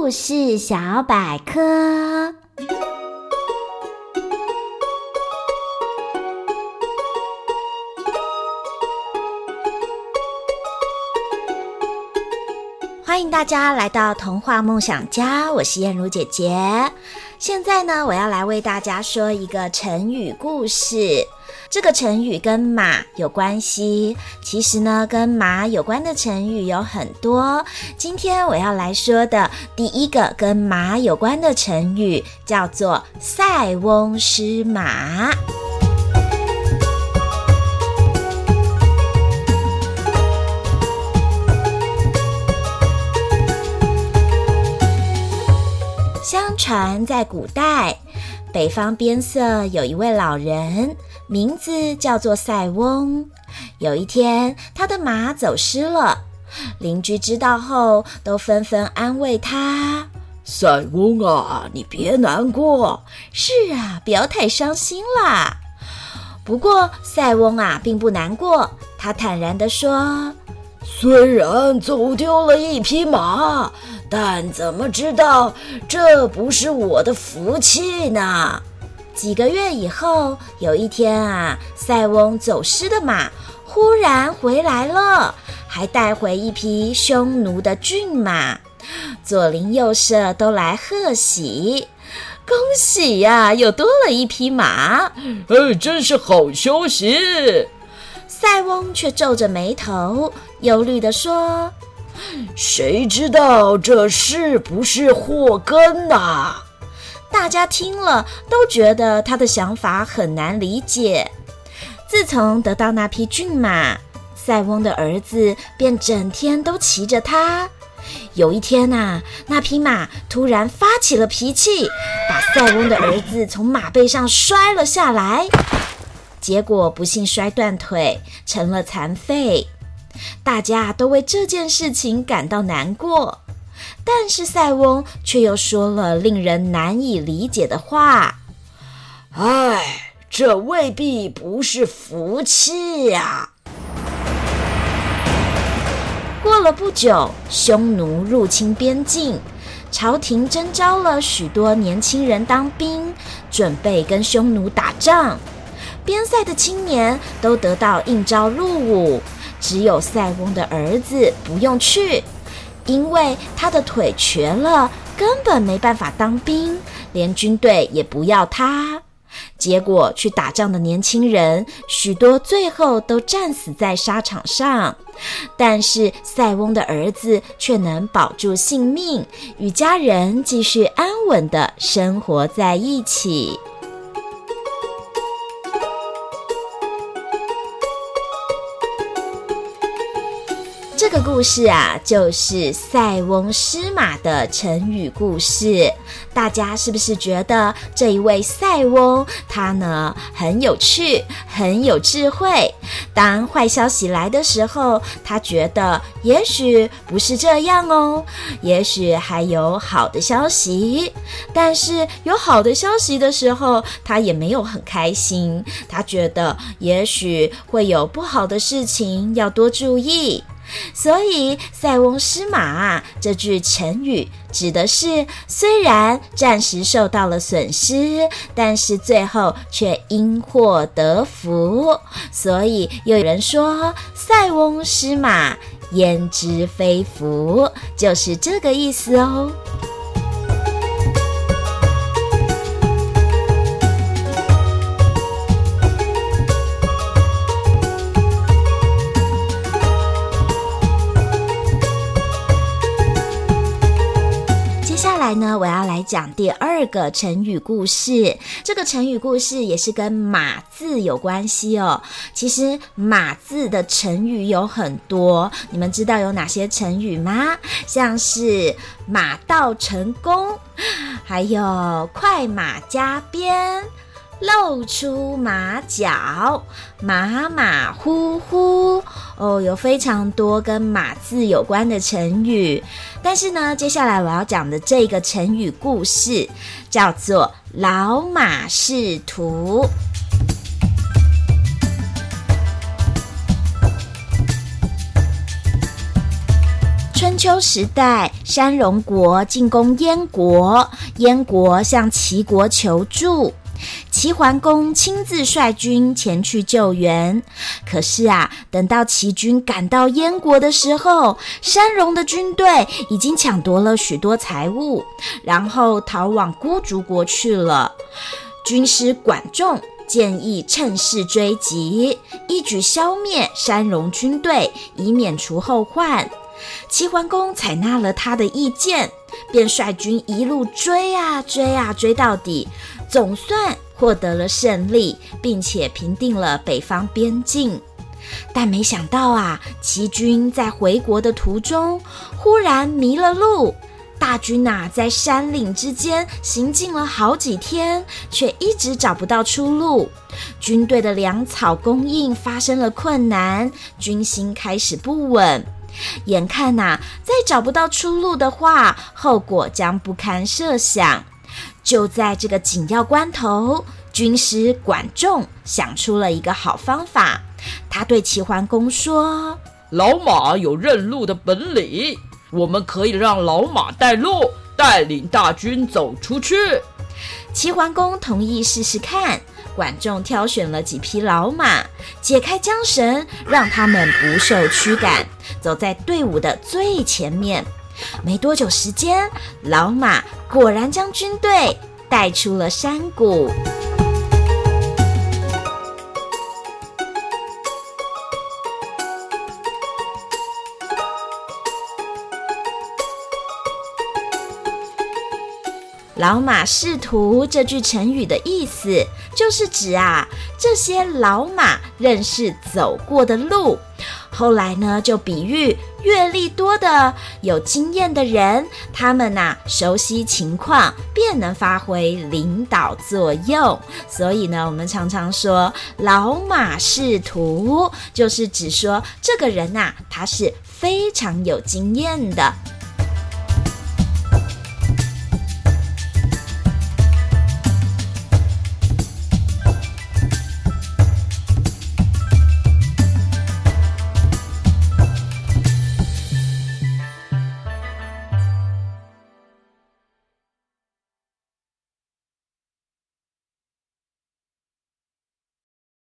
故事小百科。欢迎大家来到童话梦想家，我是燕如姐姐。现在呢，我要来为大家说一个成语故事。这个成语跟马有关系，其实呢，跟马有关的成语有很多。今天我要来说的第一个跟马有关的成语叫做塞翁失马。相传在古代，北方边塞有一位老人，名字叫做塞翁。有一天，他的马走失了，邻居知道后都纷纷安慰他： 塞翁啊，你别难过。 是啊，不要太伤心啦。不过塞翁啊并不难过，他坦然地说： 虽然走丢了一匹马，但怎么知道这不是我的福气呢？ 几个月以后，有一天啊，塞翁走失的马忽然回来了，还带回一匹匈奴的骏马，左邻右舍都来贺喜。恭喜呀，又多了一匹马！ 真是好消息！ 塞翁却皱着眉头，忧虑地说： 谁知道这是不是祸根啊？ 大家听了都觉得他的想法很难理解。自从得到那匹骏马，塞翁的儿子便整天都骑着它。有一天啊，那匹马突然发起了脾气，把塞翁的儿子从马背上摔了下来，结果不幸摔断腿，成了残废。大家都为这件事情感到难过，但是塞翁却又说了令人难以理解的话： 这未必不是福气呀。 过了不久，匈奴入侵边境，朝廷征召了许多年轻人当兵，准备跟匈奴打仗。边塞的青年都得到应召入伍，只有塞翁的儿子不用去，因为他的腿瘸了，根本没办法当兵，连军队也不要他。结果去打仗的年轻人许多最后都战死在沙场上，但是塞翁的儿子却能保住性命，与家人继续安稳地生活在一起。这个故事啊，就是塞翁失马的成语故事。大家是不是觉得这一位塞翁，他呢很有趣，很有智慧？当坏消息来的时候，他觉得也许不是这样哦，也许还有好的消息。但是有好的消息的时候，他也没有很开心，他觉得也许会有不好的事情，要多注意。所以塞翁失马这句成语指的是虽然暂时受到了损失，但是最后却因祸得福。所以又有人说塞翁失马焉知非福，就是这个意思哦。我要来讲第二个成语故事。这个成语故事也是跟马字有关系哦。其实马字的成语有很多，你们知道有哪些成语吗？像是马到成功，还有快马加鞭，露出马脚，马马虎虎哦，有非常多跟马字有关的成语。但是呢，接下来我要讲的这个成语故事叫做老马识途。 春秋时代，山戎国进攻燕国，燕国向齐国求助。齐桓公亲自率军前去救援，可是等到齐军赶到燕国的时候，山戎的军队已经抢夺了许多财物，然后逃往孤竹国去了。军师管仲建议趁势追击，一举消灭山戎军队，以免除后患。齐桓公采纳了他的意见，便率军一路追到底，总算获得了胜利，并且平定了北方边境。但没想到齐军在回国的途中忽然迷了路，大军在山岭之间行进了好几天，却一直找不到出路。军队的粮草供应发生了困难，军心开始不稳。眼看再找不到出路的话，后果将不堪设想。就在这个紧要关头，军师管仲想出了一个好方法。他对齐桓公说： 老马有认路的本领，我们可以让老马带路，带领大军走出去。 齐桓公同意试试看，管仲挑选了几匹老马，解开缰绳，让他们不受驱赶，走在队伍的最前面。没多久时间，老马果然将军队带出了山谷。老马识途这句成语的意思，就是指这些老马认识走过的路。后来呢，就比喻阅历多的有经验的人，他们熟悉情况，便能发挥领导作用。所以呢，我们常常说老马识途，就是指说这个人他是非常有经验的。